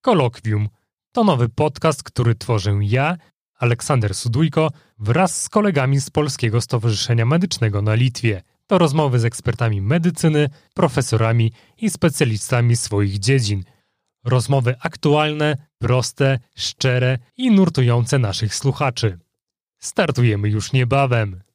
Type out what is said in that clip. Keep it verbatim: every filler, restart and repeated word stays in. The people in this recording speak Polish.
Kolokwium to nowy podcast, który tworzę ja, Aleksander Sudujko, wraz z kolegami z Polskiego Stowarzyszenia Medycznego na Litwie. To rozmowy z ekspertami medycyny, profesorami i specjalistami swoich dziedzin. Rozmowy aktualne, proste, szczere i nurtujące naszych słuchaczy. Startujemy już niebawem.